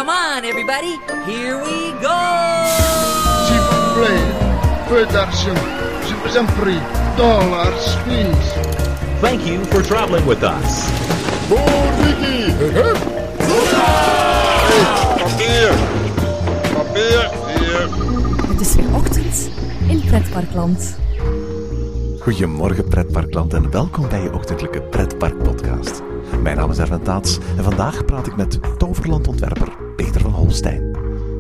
Come on, everybody. Here we go. S'il vous plaît, peu d'argent. Je vous en prie. Dollars, please. Thank you for traveling with us. Papier! Papier! Hier! Het is weer ochtend in Pretparkland. Goedemorgen Pretparkland en welkom bij je ochtendelijke Pretparkpodcast. Mijn naam is Erwin Taats en vandaag praat ik met Toverland-ontwerper Peter van Holstein.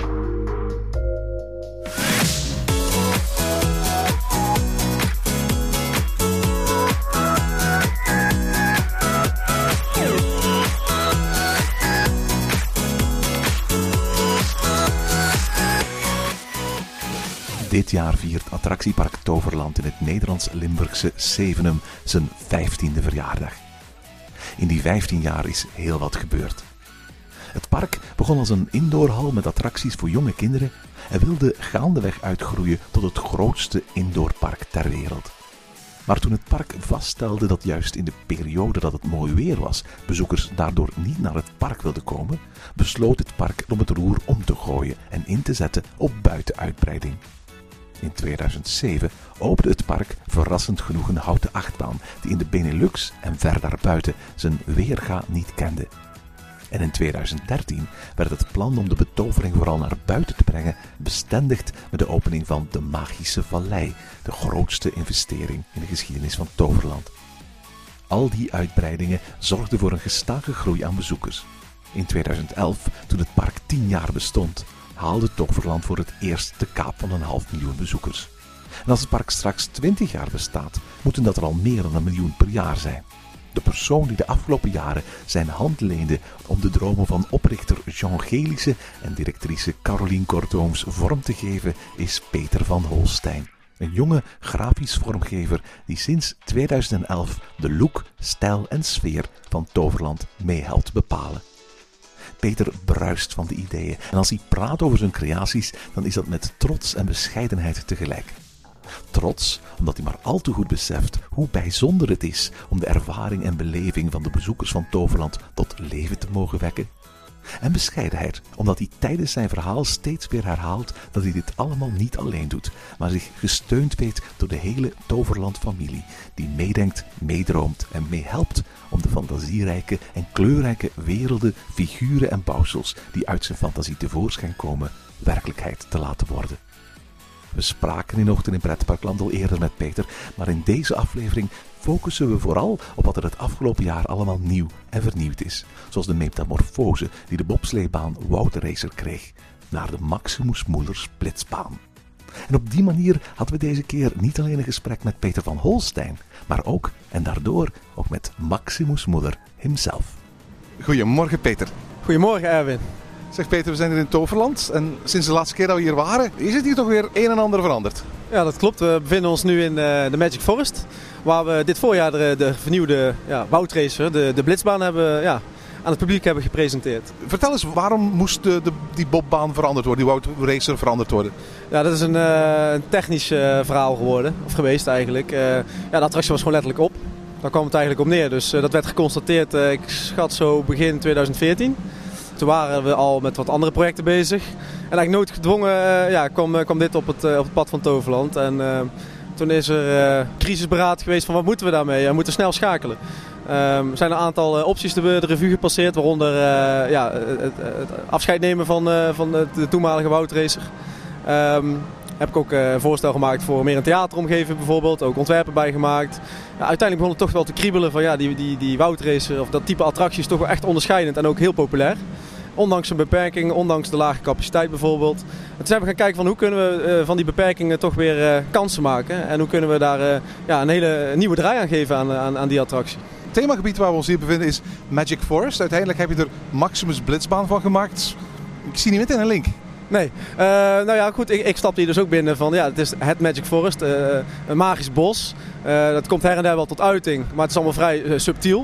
Dit jaar viert attractiepark Toverland in het Nederlands-Limburgse Zevenum zijn 15e verjaardag. In die 15 jaar is heel wat gebeurd. Het park begon als een indoorhal met attracties voor jonge kinderen en wilde gaandeweg uitgroeien tot het grootste indoorpark ter wereld. Maar toen het park vaststelde dat juist in de periode dat het mooi weer was, bezoekers daardoor niet naar het park wilden komen, besloot het park om het roer om te gooien en in te zetten op buitenuitbreiding. In 2007 opende het park verrassend genoeg een houten achtbaan die in de Benelux en ver daarbuiten zijn weerga niet kende. En in 2013 werd het plan om de betovering vooral naar buiten te brengen bestendigd met de opening van de Magische Vallei, de grootste investering in de geschiedenis van Toverland. Al die uitbreidingen zorgden voor een gestage groei aan bezoekers. In 2011, toen het park 10 jaar bestond, haalde Toverland voor het eerst de kaap van 500.000 bezoekers. En als het park straks 20 jaar bestaat, moeten dat er al meer dan 1 miljoen per jaar zijn. De persoon die de afgelopen jaren zijn hand leende om de dromen van oprichter Jean Gelissen en directrice Caroline Kortooms vorm te geven, is Peter van Holstein. Een jonge grafisch vormgever die sinds 2011 de look, stijl en sfeer van Toverland mee helpt bepalen. Peter bruist van de ideeën en als hij praat over zijn creaties, dan is dat met trots en bescheidenheid tegelijk. Trots, omdat hij maar al te goed beseft hoe bijzonder het is om de ervaring en beleving van de bezoekers van Toverland tot leven te mogen wekken. En bescheidenheid, omdat hij tijdens zijn verhaal steeds weer herhaalt dat hij dit allemaal niet alleen doet, maar zich gesteund weet door de hele Toverland-familie, die meedenkt, meedroomt en meehelpt om de fantasierijke en kleurrijke werelden, figuren en bouwsels die uit zijn fantasie tevoorschijn komen, werkelijkheid te laten worden. We spraken in Ochtend in Pretparkland al eerder met Peter, maar in deze aflevering focussen we vooral op wat er het afgelopen jaar allemaal nieuw en vernieuwd is. Zoals de metamorfose die de bobsleebaan Woudracer kreeg, naar de Maximus Muller splitsbaan. En op die manier hadden we deze keer niet alleen een gesprek met Peter van Holstein, maar ook, en daardoor, ook met Maximus Muller himself. Goedemorgen Peter. Goedemorgen Erwin. Zeg Peter, we zijn hier in Toverland en sinds de laatste keer dat we hier waren, is het hier toch weer een en ander veranderd? Ja, dat klopt. We bevinden ons nu in de Magic Forest, waar we dit voorjaar de vernieuwde Woudracer, de blitsbaan, aan het publiek hebben gepresenteerd. Vertel eens, waarom moest die bobbaan veranderd worden, die Woudracer veranderd worden? Ja, dat is een technisch verhaal geworden, of geweest eigenlijk. De attractie was gewoon letterlijk op. Daar kwam het eigenlijk op neer, dus dat werd geconstateerd, ik schat zo begin 2014. Toen waren we al met wat andere projecten bezig. En eigenlijk noodgedwongen kwam dit op het pad van Toverland. En toen is er crisisberaad geweest van wat moeten we daarmee? We moeten snel schakelen. Er zijn een aantal opties de revue gepasseerd. Waaronder het afscheid nemen van de toenmalige Woudracer. Heb ik ook een voorstel gemaakt voor meer een theateromgeving bijvoorbeeld. Ook ontwerpen bijgemaakt. Uiteindelijk begon het toch wel te kriebelen van die Woudracer of dat type attractie is toch wel echt onderscheidend en ook heel populair. Ondanks een beperking, ondanks de lage capaciteit bijvoorbeeld. En toen zijn we gaan kijken van hoe kunnen we van die beperkingen toch weer kansen maken. En hoe kunnen we daar een hele nieuwe draai aan geven aan die attractie. Het themagebied waar we ons hier bevinden is Magic Forest. Uiteindelijk heb je er Maximus Blitzbaan van gemaakt. Ik zie niet meteen een link. Nee, goed, ik stapte hier dus ook binnen van het is het Magic Forest, een magisch bos. Dat komt her en der wel tot uiting, maar het is allemaal vrij subtiel.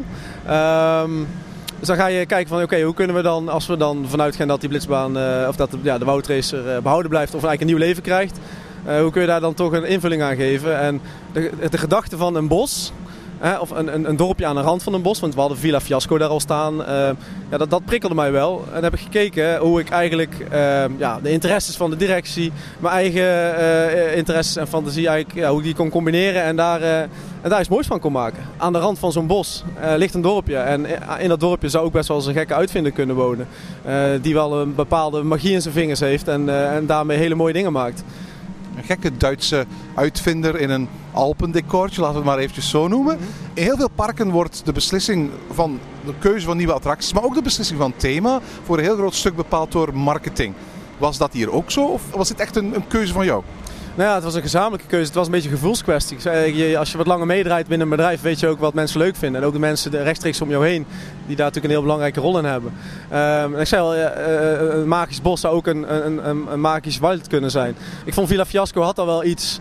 Dus dan ga je kijken van hoe kunnen we dan, als we dan vanuit gaan dat die blitsbaan, of dat de Woudracer behouden blijft of eigenlijk een nieuw leven krijgt. Hoe kun je daar dan toch een invulling aan geven? En de gedachte van een bos Of een dorpje aan de rand van een bos, want we hadden Villa Fiasco daar al staan. Dat prikkelde mij wel. En dan heb ik gekeken hoe ik eigenlijk de interesses van de directie, mijn eigen interesses en fantasie, eigenlijk, hoe ik die kon combineren en daar iets moois van kon maken. Aan de rand van zo'n bos ligt een dorpje. En in dat dorpje zou ook best wel eens een gekke uitvinder kunnen wonen. Die wel een bepaalde magie in zijn vingers heeft en daarmee hele mooie dingen maakt. Een gekke Duitse uitvinder in een Alpendecortje, laten we het maar eventjes zo noemen. In heel veel parken wordt de beslissing van de keuze van nieuwe attracties, maar ook de beslissing van thema, voor een heel groot stuk bepaald door marketing. Was dat hier ook zo of was dit echt een keuze van jou? Nou ja, het was een gezamenlijke keuze. Het was een beetje een gevoelskwestie. Als je wat langer meedraait binnen een bedrijf, weet je ook wat mensen leuk vinden. En ook de mensen rechtstreeks om jou heen, die daar natuurlijk een heel belangrijke rol in hebben. Ik zei al, een magisch bos zou ook een magisch wald kunnen zijn. Ik vond Villa Fiasco had al wel iets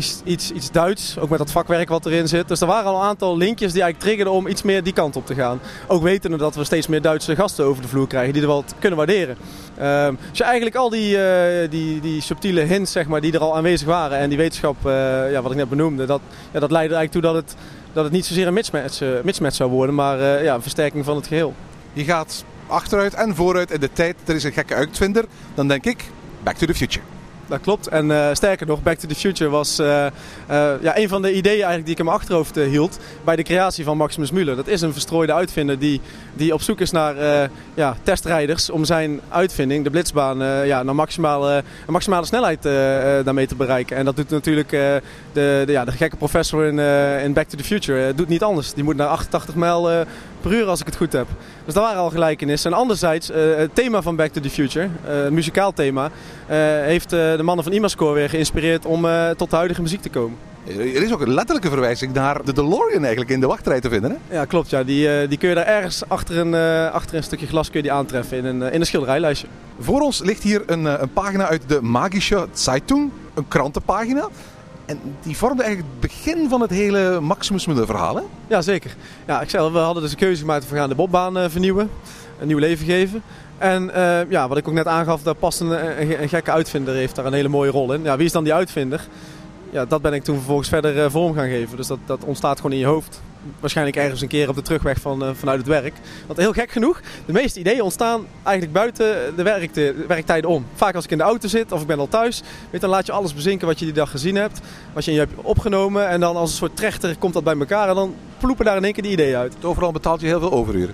Duits, ook met dat vakwerk wat erin zit. Dus er waren al een aantal linkjes die eigenlijk triggerden om iets meer die kant op te gaan. Ook wetende dat we steeds meer Duitse gasten over de vloer krijgen die er wel kunnen waarderen. Dus eigenlijk al die subtiele hints, zeg maar, die er al aanwezig waren en die wetenschap, wat ik net benoemde, dat leidde eigenlijk toe dat het niet zozeer een mismatch zou worden, maar een versterking van het geheel. Je gaat achteruit en vooruit in de tijd. Er is een gekke uitvinder. Dan denk ik, Back to the Future. Dat klopt. En sterker nog, Back to the Future was een van de ideeën eigenlijk die ik in mijn achterhoofd hield bij de creatie van Maximus Müller. Dat is een verstrooide uitvinder die op zoek is naar testrijders om zijn uitvinding, de Blitzbaan, naar maximale snelheid daarmee te bereiken. En dat doet natuurlijk de gekke professor in Back to the Future. Doet niet anders. Die moet naar 88 mijl per uur als ik het goed heb. Dus daar waren al gelijkenissen. En anderzijds, het thema van Back to the Future, het muzikaal thema, heeft de mannen van IMAscore weer geïnspireerd om tot de huidige muziek te komen. Er is ook een letterlijke verwijzing naar de DeLorean eigenlijk in de wachtrij te vinden, hè? Ja, klopt. Ja. Die kun je daar ergens achter een stukje glas kun je die aantreffen in een schilderijlijstje. Voor ons ligt hier een pagina uit de Magische Zeitung, een krantenpagina. En die vormde eigenlijk het begin van het hele Maximus Müller verhaal, hè? Ja, zeker. Ja, ik zei al, we hadden dus een keuze gemaakt, we gaan de bobbaan vernieuwen, een nieuw leven geven. En wat ik ook net aangaf, daar past een gekke uitvinder, heeft daar een hele mooie rol in. Ja, wie is dan die uitvinder? Ja, dat ben ik toen vervolgens verder vorm gaan geven. Dus dat ontstaat gewoon in je hoofd. Waarschijnlijk ergens een keer op de terugweg vanuit het werk. Want heel gek genoeg, de meeste ideeën ontstaan eigenlijk buiten de werktijden om. Vaak als ik in de auto zit of ik ben al thuis, dan laat je alles bezinken wat je die dag gezien hebt. Wat je hebt opgenomen en dan als een soort trechter komt dat bij elkaar en dan ploepen daar in één keer die ideeën uit. Overal betaalt je heel veel overuren.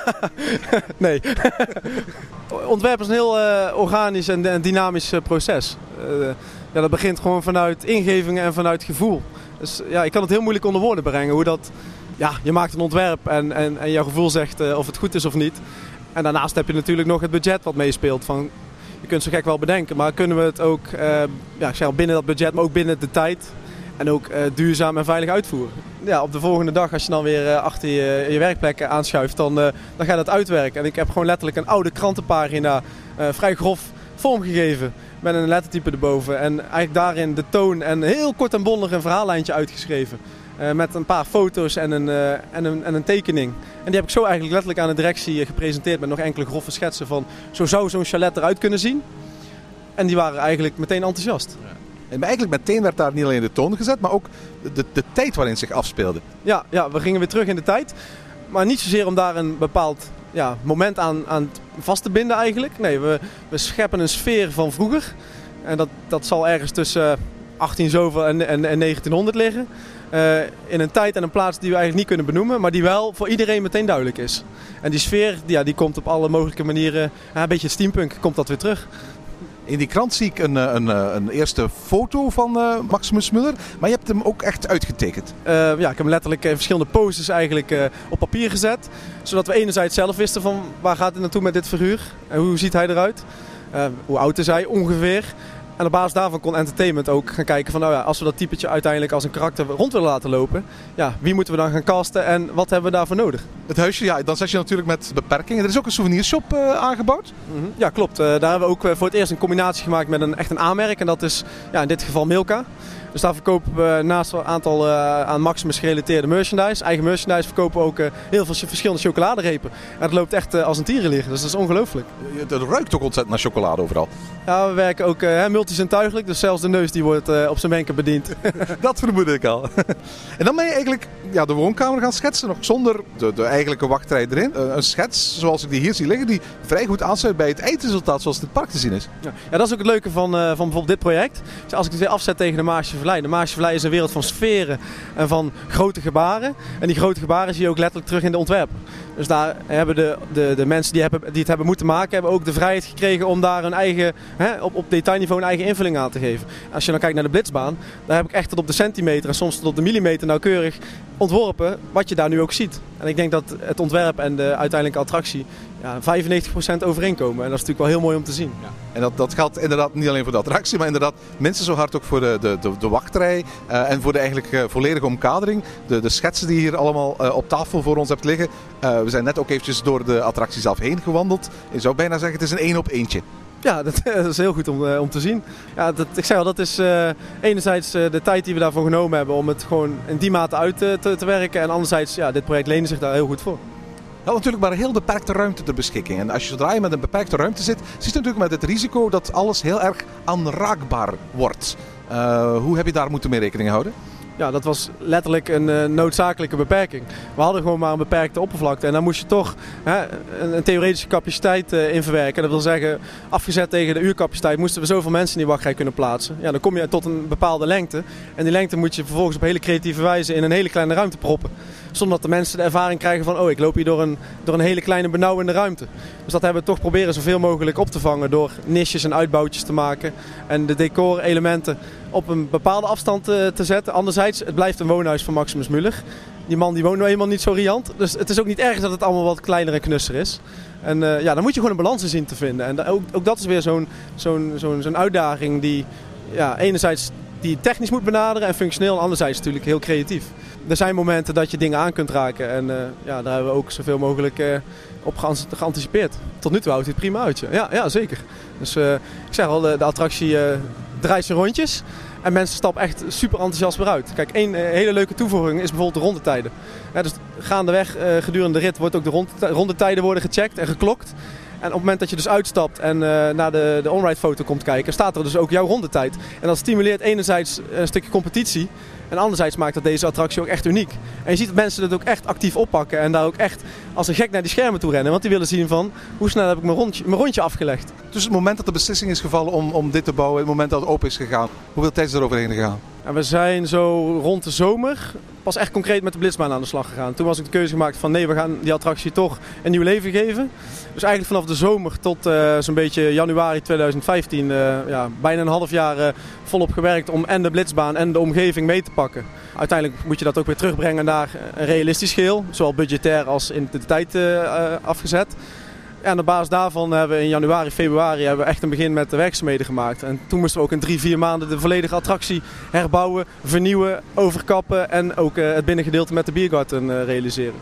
Nee. Ontwerpen is een heel organisch en dynamisch proces. Dat begint gewoon vanuit ingevingen en vanuit gevoel. Dus ik kan het heel moeilijk onder woorden brengen hoe dat... Ja, je maakt een ontwerp en jouw gevoel zegt of het goed is of niet. En daarnaast heb je natuurlijk nog het budget wat meespeelt. Je kunt zo gek wel bedenken, maar kunnen we het ook binnen dat budget, maar ook binnen de tijd en ook duurzaam en veilig uitvoeren. Ja, op de volgende dag als je dan weer achter je werkplek aanschuift, dan ga je dat uitwerken. En ik heb gewoon letterlijk een oude krantenpagina vrij grof vormgegeven. Met een lettertype erboven en eigenlijk daarin de toon en heel kort en bondig een verhaallijntje uitgeschreven. Met een paar foto's en een tekening. En die heb ik zo eigenlijk letterlijk aan de directie gepresenteerd met nog enkele grove schetsen van zo zou zo'n chalet eruit kunnen zien. En die waren eigenlijk meteen enthousiast. Ja. En eigenlijk meteen werd daar niet alleen de toon gezet, maar ook de tijd waarin het zich afspeelde. Ja, we gingen weer terug in de tijd. Maar niet zozeer om daar een bepaald moment aan vast te binden eigenlijk. Nee, we scheppen een sfeer van vroeger. En dat zal ergens tussen 18 zoveel en 1900 liggen. In een tijd en een plaats die we eigenlijk niet kunnen benoemen, maar die wel voor iedereen meteen duidelijk is. En die sfeer die komt op alle mogelijke manieren, een beetje steampunk, komt dat weer terug. In die krant zie ik een eerste foto van Maximus Müller, maar je hebt hem ook echt uitgetekend. Ik heb hem letterlijk in verschillende poses eigenlijk op papier gezet. Zodat we enerzijds zelf wisten van waar gaat het naartoe met dit figuur en hoe ziet hij eruit. Hoe oud is hij ongeveer. En op basis daarvan kon Entertainment ook gaan kijken van als we dat typetje uiteindelijk als een karakter rond willen laten lopen. Ja, wie moeten we dan gaan casten en wat hebben we daarvoor nodig? Het huisje, ja, dan zet je natuurlijk met beperkingen. Er is ook een souvenirshop aangebouwd. Ja, klopt. Daar hebben we ook voor het eerst een combinatie gemaakt met echt een A-merk. En dat is in dit geval Milka. Dus daar verkopen we naast een aantal aan Maximus gerelateerde merchandise, eigen merchandise, verkopen we ook heel veel verschillende chocoladerepen. En het loopt echt als een tierenlier, dus dat is ongelooflijk. Het ruikt ook ontzettend naar chocolade overal. Ja, we werken ook multicentuigelijk, dus zelfs de neus die wordt op zijn wenken bediend. Dat vermoedde ik al. En dan ben je eigenlijk de woonkamer gaan schetsen, nog zonder de eigenlijke wachtrij erin. Een schets, zoals ik die hier zie liggen, die vrij goed aansluit bij het eindresultaat zoals het in het park te zien is. Ja, dat is ook het leuke van bijvoorbeeld dit project. Dus als ik het weer afzet tegen de Maasjevallei. De Maasjevallei is een wereld van sferen en van grote gebaren. En die grote gebaren zie je ook letterlijk terug in de ontwerpen. Dus daar hebben de mensen die het hebben moeten maken, hebben ook de vrijheid gekregen om daar hun eigen, op detailniveau een eigen invulling aan te geven. Als je dan kijkt naar de Blitzbaan, daar heb ik echt tot op de centimeter en soms tot op de millimeter nauwkeurig ontworpen wat je daar nu ook ziet. En ik denk dat het ontwerp en de uiteindelijke attractie 95% overeenkomen. En dat is natuurlijk wel heel mooi om te zien. Ja. En dat geldt inderdaad niet alleen voor de attractie, maar inderdaad minstens zo hard ook voor de wachtrij en voor de eigenlijk volledige omkadering. De schetsen die je hier allemaal op tafel voor ons hebt liggen. We zijn net ook eventjes door de attractie zelf heen gewandeld. Je zou bijna zeggen, het is een 1-op-1'tje. Ja, dat is heel goed om te zien. Ja, ik zeg al, dat is enerzijds de tijd die we daarvoor genomen hebben om het gewoon in die mate uit te werken. En anderzijds, dit project leende zich daar heel goed voor. Je had natuurlijk maar een heel beperkte ruimte ter beschikking. En zodra je met een beperkte ruimte zit, zit je natuurlijk met het risico dat alles heel erg aanraakbaar wordt. Hoe heb je daar moeten mee rekening houden? Ja, dat was letterlijk een noodzakelijke beperking. We hadden gewoon maar een beperkte oppervlakte. En dan moest je toch een theoretische capaciteit in verwerken. Dat wil zeggen, afgezet tegen de uurcapaciteit moesten we zoveel mensen in die wachtrij kunnen plaatsen. Ja, dan kom je tot een bepaalde lengte. En die lengte moet je vervolgens op hele creatieve wijze in een hele kleine ruimte proppen. Zonder dat de mensen de ervaring krijgen van, ik loop hier door een hele kleine benauwende ruimte. Dus dat hebben we toch proberen zoveel mogelijk op te vangen door niches en uitbouwtjes te maken. En de decorelementen op een bepaalde afstand te zetten. Anderzijds, het blijft een woonhuis van Maximus Müller. Die man die woont nou eenmaal niet zo riant. Dus het is ook niet erg dat het allemaal wat kleiner en knusser is. En dan moet je gewoon een balans in zien te vinden. En ook dat is weer zo'n uitdaging die enerzijds die technisch moet benaderen en functioneel. En anderzijds natuurlijk heel creatief. Er zijn momenten dat je dingen aan kunt raken. En daar hebben we ook zoveel mogelijk op geanticipeerd. Tot nu toe houdt het prima uit. Ja, zeker. Dus ik zeg al, de attractie draait zijn rondjes. En mensen stappen echt super enthousiast weer uit. Kijk, één hele leuke toevoeging is bijvoorbeeld de rondetijden. Dus gaandeweg gedurende de rit wordt ook de rondetijden worden gecheckt en geklokt. En op het moment dat je dus uitstapt en naar de on-ride foto komt kijken, staat er dus ook jouw rondetijd. En dat stimuleert enerzijds een stukje competitie. En anderzijds maakt dat deze attractie ook echt uniek. En je ziet dat mensen het ook echt actief oppakken. En daar ook echt als een gek naar die schermen toe rennen. Want die willen zien van, hoe snel heb ik mijn rondje afgelegd. Dus het moment dat de beslissing is gevallen om dit te bouwen, het moment dat het open is gegaan, hoeveel tijd is er overheen gegaan? En we zijn zo rond de zomer pas echt concreet met de Blitzbaan aan de slag gegaan. Toen was ik de keuze gemaakt van nee, we gaan die attractie toch een nieuw leven geven. Dus eigenlijk vanaf de zomer tot zo'n beetje januari 2015, bijna een half jaar volop gewerkt om en de Blitzbaan en de omgeving mee te pakken. Uiteindelijk moet je dat ook weer terugbrengen naar een realistisch geheel, zowel budgetair als in de tijd afgezet. En op basis daarvan hebben we in januari, februari echt een begin met de werkzaamheden gemaakt. En toen moesten we ook in 3-4 maanden de volledige attractie herbouwen, vernieuwen, overkappen en ook het binnengedeelte met de Biergarten realiseren.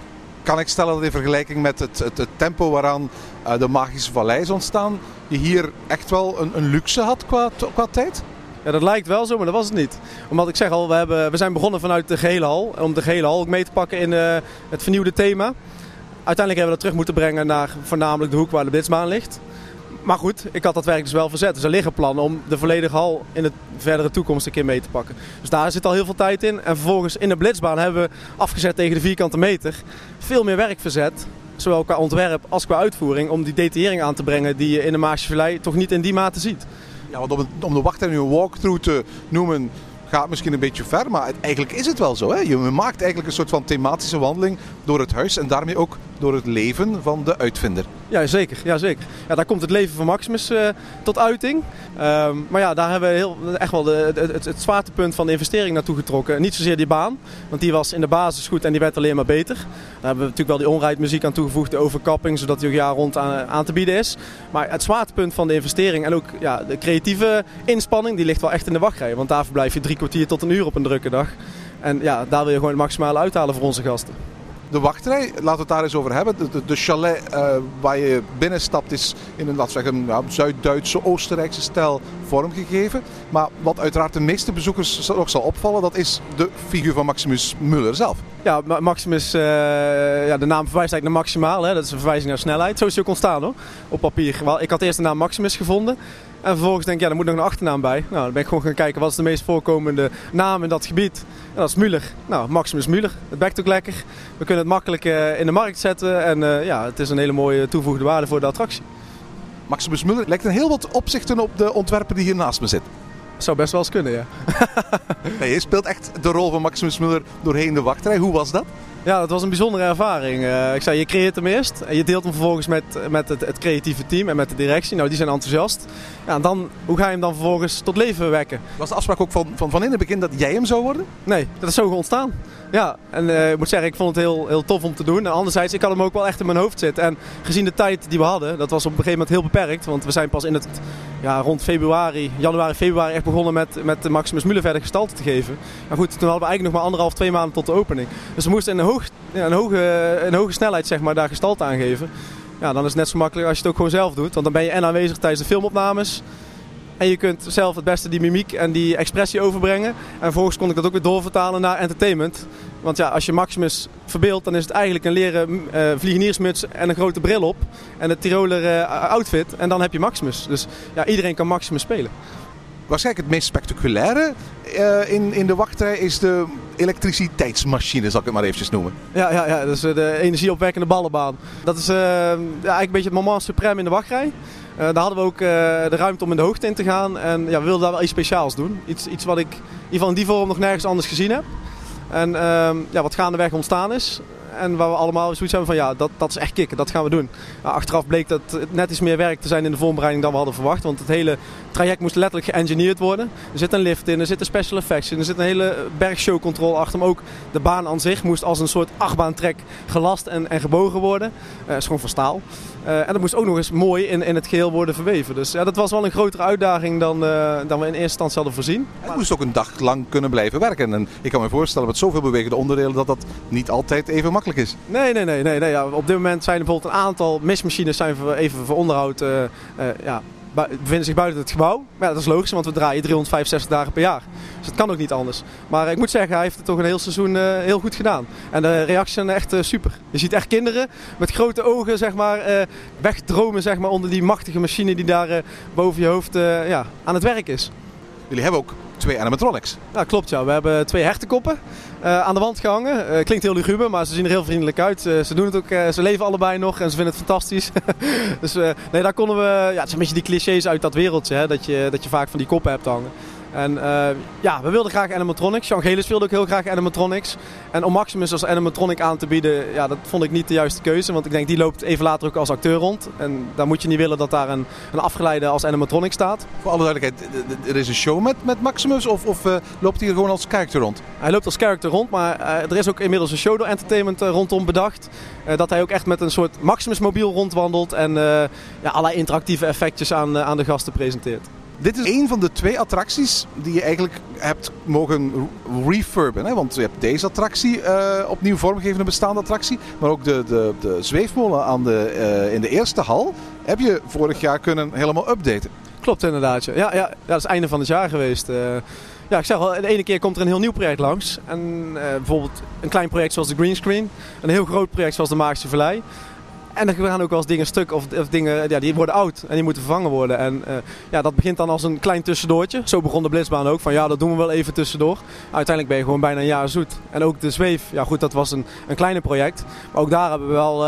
Kan ik stellen dat in vergelijking met het tempo waaraan de Magische Vallei is ontstaan, je hier echt wel een luxe had qua tijd? Ja, dat lijkt wel zo, maar dat was het niet. Omdat ik zeg al, we zijn begonnen vanuit de gehele hal. Om de gehele hal ook mee te pakken in het vernieuwde thema. Uiteindelijk hebben we dat terug moeten brengen naar voornamelijk de hoek waar de Blitzbaan ligt. Maar goed, ik had dat werk dus wel verzet. Dus er liggen plannen om de volledige hal in de verdere toekomst een keer mee te pakken. Dus daar zit al heel veel tijd in. En vervolgens in de Blitzbaan hebben we afgezet tegen de vierkante meter veel meer werk verzet. Zowel qua ontwerp als qua uitvoering. Om die detaillering aan te brengen die je in de Maasjevallei toch niet in die mate ziet. Ja, want om de wachtrij nu een walkthrough te noemen gaat misschien een beetje ver, maar eigenlijk is het wel zo. Hè? Je maakt eigenlijk een soort van thematische wandeling door het huis en daarmee ook door het leven van de uitvinder. Ja, zeker. Ja, daar komt het leven van Maximus tot uiting. Maar ja, daar hebben we echt wel het zwaartepunt van de investering naartoe getrokken. Niet zozeer die baan, want die was in de basis goed en die werd alleen maar beter. Daar hebben we natuurlijk wel die on-ride muziek aan toegevoegd, de overkapping, zodat die ook jaar rond aan te bieden is. Maar het zwaartepunt van de investering en ook de creatieve inspanning, die ligt wel echt in de wachtrij. Want daar verblijf je 3 kwartier tot een uur op een drukke dag. En ja, daar wil je gewoon het maximale uithalen voor onze gasten. De wachtrij, laten we het daar eens over hebben. De chalet waar je binnenstapt is in een, laten we zeggen, Zuid-Duitse, Oostenrijkse stijl vormgegeven. Maar wat uiteraard de meeste bezoekers ook zal opvallen, dat is de figuur van Maximus Müller zelf. Ja, Maximus, de naam verwijst eigenlijk naar maximaal. Hè? Dat is een verwijzing naar snelheid. Zo is hij ook ontstaan hoor, op papier. Ik had eerst de naam Maximus gevonden. En vervolgens denk ik, ja, er moet nog een achternaam bij. Nou, dan ben ik gewoon gaan kijken, wat is de meest voorkomende naam in dat gebied? En dat is Müller. Nou, Maximus Müller. Het bekt ook lekker. We kunnen het makkelijk in de markt zetten. En het is een hele mooie toegevoegde waarde voor de attractie. Maximus Müller lijkt in heel wat opzichten op de ontwerper die hier naast me zit. Dat zou best wel eens kunnen, ja. Nee, je speelt echt de rol van Maximus Müller doorheen de wachtrij. Hoe was dat? Ja, dat was een bijzondere ervaring. Ik zei, je creëert hem eerst en je deelt hem vervolgens met het creatieve team en met de directie. Nou, die zijn enthousiast. Ja, en dan, hoe ga je hem dan vervolgens tot leven wekken? Was de afspraak ook van in het begin dat jij hem zou worden? Nee, dat is zo ontstaan. Ja, en ik moet zeggen, ik vond het heel tof om te doen. En anderzijds, ik had hem ook wel echt in mijn hoofd zitten. En gezien de tijd die we hadden, dat was op een gegeven moment heel beperkt. Want we zijn pas rond januari, februari echt begonnen met de Maximus Müller verder gestalte te geven. Maar goed, toen hadden we eigenlijk nog maar 1,5-2 maanden tot de opening. Dus we moesten in een hoge snelheid zeg maar, daar gestalte aan geven. Ja, dan is het net zo makkelijk als je het ook gewoon zelf doet. Want dan ben je aanwezig tijdens de filmopnames. En je kunt zelf het beste die mimiek en die expressie overbrengen. En vervolgens kon ik dat ook weer doorvertalen naar entertainment. Want ja, als je Maximus verbeeldt, dan is het eigenlijk een leren vliegeniersmuts en een grote bril op. En een Tiroler outfit. En dan heb je Maximus. Dus ja, iedereen kan Maximus spelen. Waarschijnlijk het meest spectaculaire in de wachtrij is de elektriciteitsmachine, zal ik het maar eventjes noemen. Ja, dus de energieopwekkende ballenbaan. Dat is eigenlijk een beetje het moment suprême in de wachtrij. Daar hadden we ook de ruimte om in de hoogte in te gaan. En ja, we wilden daar wel iets speciaals doen. Iets wat ik in ieder geval in die vorm nog nergens anders gezien heb. En wat gaandeweg ontstaan is. En waar we allemaal zoiets hebben van ja, dat is echt kicken, dat gaan we doen. Achteraf bleek dat het net iets meer werk te zijn in de vormbereiding dan we hadden verwacht. Want het hele traject moest letterlijk geëngineerd worden. Er zit een lift in, er zitten special effects in, er zit een hele bergshowcontrole achter. Maar ook de baan aan zich moest als een soort achtbaantrek gelast en gebogen worden. Is gewoon van staal. En dat moest ook nog eens mooi in het geheel worden verweven. Dus ja, dat was wel een grotere uitdaging dan we in eerste instantie hadden voorzien. Het moest ook een dag lang kunnen blijven werken. En ik kan me voorstellen met zoveel bewegende onderdelen dat niet altijd even makkelijk is. Nee. Ja, op dit moment zijn er bijvoorbeeld een aantal mismachines zijn even voor onderhoud bevinden zich buiten het gebouw. Maar ja, dat is logisch, want we draaien 365 dagen per jaar. Dus dat kan ook niet anders. Maar ik moet zeggen, hij heeft het toch een heel seizoen heel goed gedaan. En de reacties zijn echt super. Je ziet echt kinderen met grote ogen zeg maar, wegdromen zeg maar, onder die machtige machine die daar boven je hoofd aan het werk is. Jullie hebben ook 2 animatronics. Ja, klopt. Ja. We hebben 2 hertenkoppen aan de wand gehangen. Klinkt heel luguber, maar ze zien er heel vriendelijk uit. Ze doen het ook, ze leven allebei nog en ze vinden het fantastisch. Dus daar konden we... Ja, het is een beetje die clichés uit dat wereldje, hè, dat je vaak van die koppen hebt hangen. En we wilden graag animatronics. Jean Gelis wilde ook heel graag animatronics. En om Maximus als animatronic aan te bieden, ja, dat vond ik niet de juiste keuze. Want ik denk, die loopt even later ook als acteur rond. En daar moet je niet willen dat daar een afgeleide als animatronic staat. Voor alle duidelijkheid, er is een show met Maximus of loopt hij hier gewoon als character rond? Hij loopt als character rond, maar er is ook inmiddels een show door entertainment rondom bedacht. Dat hij ook echt met een soort Maximus mobiel rondwandelt en allerlei interactieve effectjes aan de gasten presenteert. Dit is een van de 2 attracties die je eigenlijk hebt mogen refurben. Hè? Want je hebt deze attractie opnieuw vormgegeven, een bestaande attractie. Maar ook de zweefmolen in de eerste hal heb je vorig jaar kunnen helemaal updaten. Klopt inderdaad. Ja, dat is het einde van het jaar geweest. Ja, ik zeg al, de ene keer komt er een heel nieuw project langs. En bijvoorbeeld een klein project zoals de Greenscreen. Een heel groot project zoals de Magische Vallei. En er gaan ook wel eens dingen stuk of dingen die worden oud en die moeten vervangen worden. En dat begint dan als een klein tussendoortje. Zo begon de Blitzbaan ook, van dat doen we wel even tussendoor. Uiteindelijk ben je gewoon bijna een jaar zoet. En ook de zweef, ja goed, dat was een kleine project. Maar ook daar hebben we wel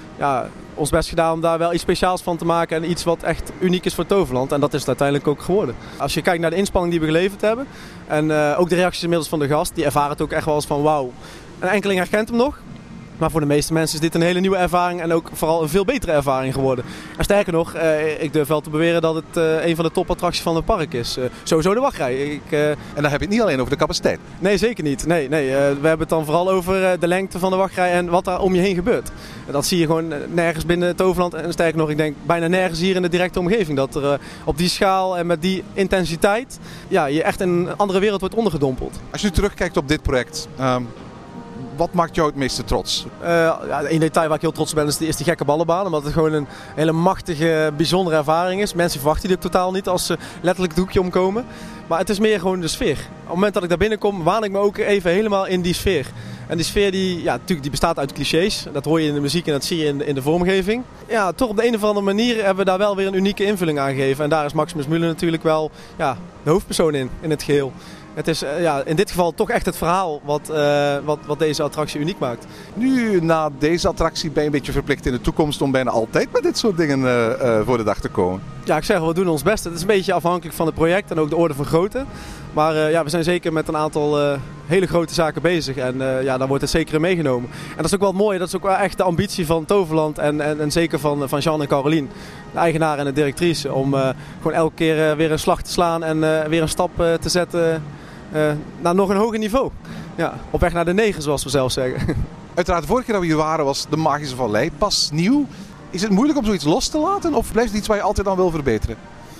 ons best gedaan om daar wel iets speciaals van te maken. En iets wat echt uniek is voor Toverland. En dat is het uiteindelijk ook geworden. Als je kijkt naar de inspanning die we geleverd hebben. En ook de reacties inmiddels van de gast, die ervaren het ook echt wel eens van wauw. Een enkeling herkent hem nog. Maar voor de meeste mensen is dit een hele nieuwe ervaring en ook vooral een veel betere ervaring geworden. En sterker nog, ik durf wel te beweren dat het een van de topattracties van het park is. Sowieso de wachtrij. En dan heb je het niet alleen over de capaciteit? Nee, zeker niet. Nee, we hebben het dan vooral over de lengte van de wachtrij en wat daar om je heen gebeurt. En dat zie je gewoon nergens binnen Toverland. En sterker nog, ik denk bijna nergens hier in de directe omgeving. Dat er op die schaal en met die intensiteit je echt in een andere wereld wordt ondergedompeld. Als je nu terugkijkt op dit project... Wat maakt jou het meeste trots? Een detail waar ik heel trots op ben is die gekke ballenbaan. Omdat het gewoon een hele machtige, bijzondere ervaring is. Mensen verwachten die ook totaal niet als ze letterlijk het hoekje omkomen. Maar het is meer gewoon de sfeer. Op het moment dat ik daar binnenkom, waan ik me ook even helemaal in die sfeer. En die sfeer die bestaat uit clichés. Dat hoor je in de muziek en dat zie je in de vormgeving. Ja, toch op de een of andere manier hebben we daar wel weer een unieke invulling aan gegeven. En daar is Maximus Müller natuurlijk wel de hoofdpersoon in het geheel. Het is in dit geval toch echt het verhaal wat deze attractie uniek maakt. Nu, na deze attractie ben je een beetje verplicht in de toekomst om bijna altijd met dit soort dingen voor de dag te komen. Ja, ik zeg wel, we doen ons best. Het is een beetje afhankelijk van het project en ook de orde van grootte. Maar we zijn zeker met een aantal hele grote zaken bezig. En daar wordt het zeker in meegenomen. En dat is ook wel mooi. Dat is ook wel echt de ambitie van Toverland en zeker van Jean en Caroline, de eigenaar en de directrice. Om gewoon elke keer weer een slag te slaan en weer een stap te zetten naar nog een hoger niveau. Ja, op weg naar de 9, zoals we zelf zeggen. Uiteraard, de vorige keer dat we hier waren was de Magische Vallei pas nieuw. Is het moeilijk om zoiets los te laten of blijft het iets waar je altijd aan wil verbeteren?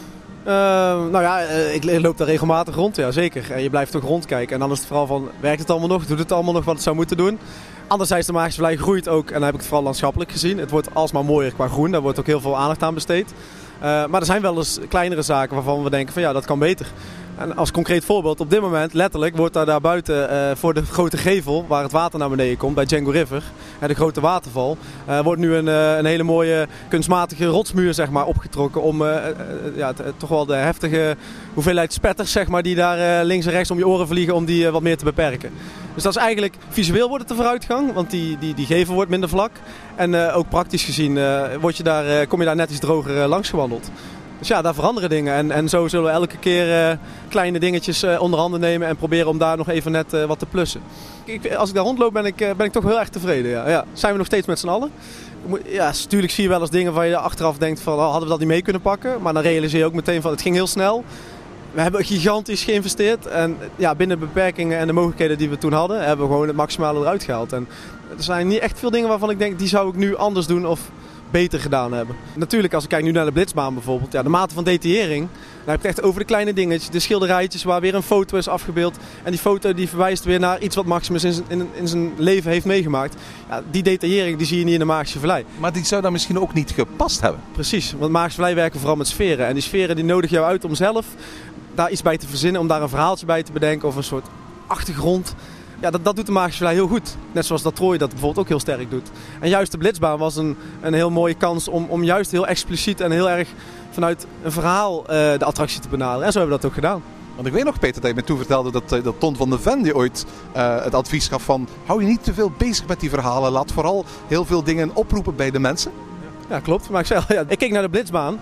Ik loop daar regelmatig rond, ja zeker. En je blijft ook rondkijken. En dan is het vooral van, werkt het allemaal nog? Doet het allemaal nog wat het zou moeten doen? Anderzijds, de Magische Vallei groeit ook, en dan heb ik het vooral landschappelijk gezien. Het wordt alsmaar mooier qua groen, daar wordt ook heel veel aandacht aan besteed. Maar er zijn wel eens kleinere zaken waarvan we denken van dat kan beter. En als concreet voorbeeld, op dit moment letterlijk wordt daar buiten voor de grote gevel, waar het water naar beneden komt, bij Django River, de grote waterval, wordt nu een hele mooie kunstmatige rotsmuur zeg maar, opgetrokken om toch wel de heftige hoeveelheid spetters zeg maar, die daar links en rechts om je oren vliegen, om die wat meer te beperken. Dus dat is eigenlijk, visueel wordt het de vooruitgang, want die gevel wordt minder vlak. En ook praktisch gezien kom je daar net iets droger langs gewandeld. Dus ja, daar veranderen dingen. En zo zullen we elke keer kleine dingetjes onder handen nemen en proberen om daar nog even net wat te plussen. Als ik daar rondloop ben ik toch heel erg tevreden. Ja. Zijn we nog steeds met z'n allen? Ja, natuurlijk zie je wel eens dingen waar je achteraf denkt van hadden we dat niet mee kunnen pakken. Maar dan realiseer je ook meteen van het ging heel snel. We hebben gigantisch geïnvesteerd en binnen de beperkingen en de mogelijkheden die we toen hadden, hebben we gewoon het maximale eruit gehaald. En er zijn niet echt veel dingen waarvan ik denk die zou ik nu anders doen of beter gedaan hebben. Natuurlijk, als ik kijk nu naar de Blitzbaan bijvoorbeeld, de mate van detaillering, dan heb ik het echt over de kleine dingetjes, de schilderijtjes waar weer een foto is afgebeeld. En die foto die verwijst weer naar iets wat Maximus in zijn leven heeft meegemaakt. Ja, die detaillering die zie je niet in de Magische Vallei. Maar die zou dan misschien ook niet gepast hebben? Precies, want Magische Vallei werken vooral met sferen. En die sferen die nodigen jou uit om zelf daar iets bij te verzinnen, om daar een verhaaltje bij te bedenken of een soort achtergrond. Ja, dat doet de Magische Vallei heel goed. Net zoals dat Troy dat bijvoorbeeld ook heel sterk doet. En juist de Blitzbaan was een heel mooie kans om juist heel expliciet en heel erg vanuit een verhaal de attractie te benaderen. En zo hebben we dat ook gedaan. Want ik weet nog, Peter, dat je me toen vertelde dat Ton van de Ven die ooit het advies gaf van hou je niet te veel bezig met die verhalen. Laat vooral heel veel dingen oproepen bij de mensen. Ja, klopt. Maar ik keek naar de Blitzbaan.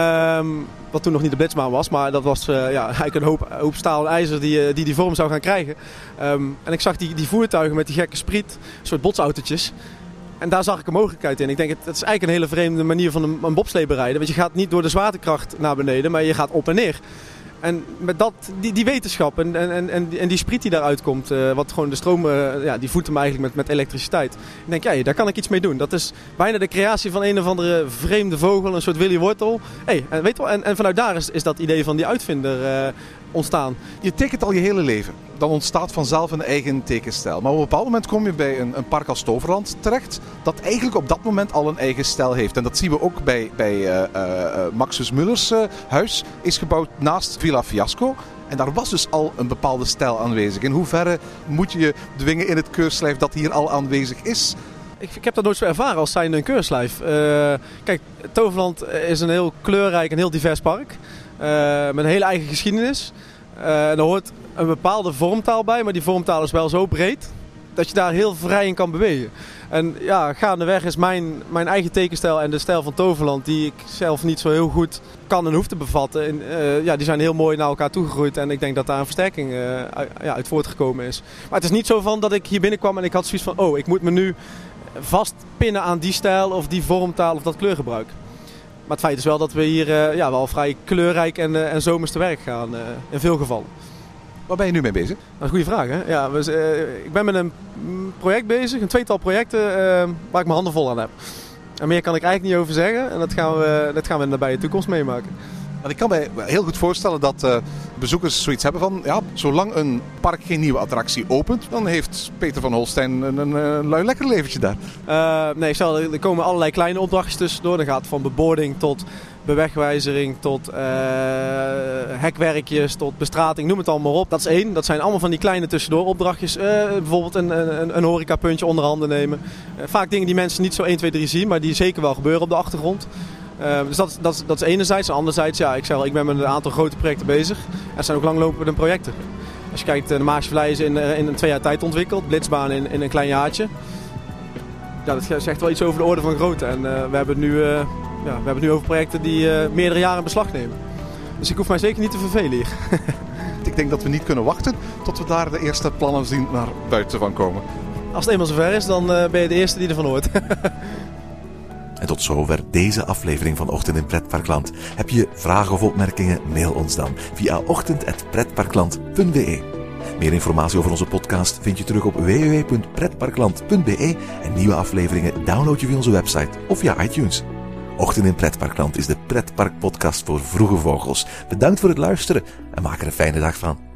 Wat toen nog niet de Blitzbaan was, maar dat was eigenlijk een hoop staal en ijzer die vorm zou gaan krijgen. En ik zag die voertuigen met die gekke spriet, een soort botsautootjes. En daar zag ik een mogelijkheid in. Ik denk, het is eigenlijk een hele vreemde manier van een bobslee bereiden. Want je gaat niet door de zwaartekracht naar beneden, maar je gaat op en neer. En met die wetenschap en die spriet die daaruit komt, wat gewoon de stroom, die voedt hem eigenlijk met elektriciteit. Ik denk, daar kan ik iets mee doen. Dat is bijna de creatie van een of andere vreemde vogel, een soort Willy Wortel. En vanuit daar is dat idee van die uitvinder ontstaan. Je tekent al je hele leven. Dan ontstaat vanzelf een eigen tekenstijl. Maar op een bepaald moment kom je bij een park als Toverland terecht, dat eigenlijk op dat moment al een eigen stijl heeft. En dat zien we ook bij Maximus Müller's huis. Is gebouwd naast Villa Fiasco. En daar was dus al een bepaalde stijl aanwezig. In hoeverre moet je dwingen in het keurslijf dat hier al aanwezig is? Ik heb dat nooit zo ervaren als zijnde een keurslijf. Kijk, Toverland is een heel kleurrijk en heel divers park. Met een hele eigen geschiedenis. Er hoort een bepaalde vormtaal bij, maar die vormtaal is wel zo breed dat je daar heel vrij in kan bewegen. En gaandeweg is mijn eigen tekenstijl en de stijl van Toverland, die ik zelf niet zo heel goed kan en hoef te bevatten, die zijn heel mooi naar elkaar toegegroeid. En ik denk dat daar een versterking uit voortgekomen is. Maar het is niet zo van dat ik hier binnenkwam en ik had zoiets van, ik moet me nu vastpinnen aan die stijl of die vormtaal of dat kleurgebruik. Maar het feit is wel dat we hier wel vrij kleurrijk en zomers te werk gaan, in veel gevallen. Waar ben je nu mee bezig? Dat is een goede vraag, hè? Ja, ik ben met een project bezig, een tweetal projecten waar ik mijn handen vol aan heb. En meer kan ik eigenlijk niet over zeggen en dat gaan we in de nabije toekomst meemaken. Want ik kan mij heel goed voorstellen dat bezoekers zoiets hebben van... Ja, zolang een park geen nieuwe attractie opent... dan heeft Peter van Holstein een lui lekker leventje daar. Nee, er komen allerlei kleine opdrachtjes tussendoor. Dan gaat het van bebording tot bewegwijzering, tot hekwerkjes, tot bestrating, noem het allemaal op. Dat is 1. Dat zijn allemaal van die kleine tussendoor opdrachtjes. Bijvoorbeeld een horecapuntje onder handen nemen. Vaak dingen die mensen niet zo 1, 2, 3 zien, maar die zeker wel gebeuren op de achtergrond. Dus dat is enerzijds. En anderzijds, ja, ik ben met een aantal grote projecten bezig. En het zijn ook langlopende projecten. Als je kijkt, de Maagse Vlei is in een 2 jaar tijd ontwikkeld. Blitzbaan in een klein jaartje. Ja, dat zegt wel iets over de orde van grootte. En we hebben het nu over projecten die meerdere jaren in beslag nemen. Dus ik hoef mij zeker niet te vervelen hier. Ik denk dat we niet kunnen wachten tot we daar de eerste plannen zien naar buiten van komen. Als het eenmaal zover is, dan ben je de eerste die ervan hoort. En tot zover deze aflevering van Ochtend in Pretparkland. Heb je vragen of opmerkingen? Mail ons dan via ochtend@pretparkland.be. Meer informatie over onze podcast vind je terug op www.pretparkland.be en nieuwe afleveringen download je via onze website of via iTunes. Ochtend in Pretparkland is de pretparkpodcast voor vroege vogels. Bedankt voor het luisteren en maak er een fijne dag van.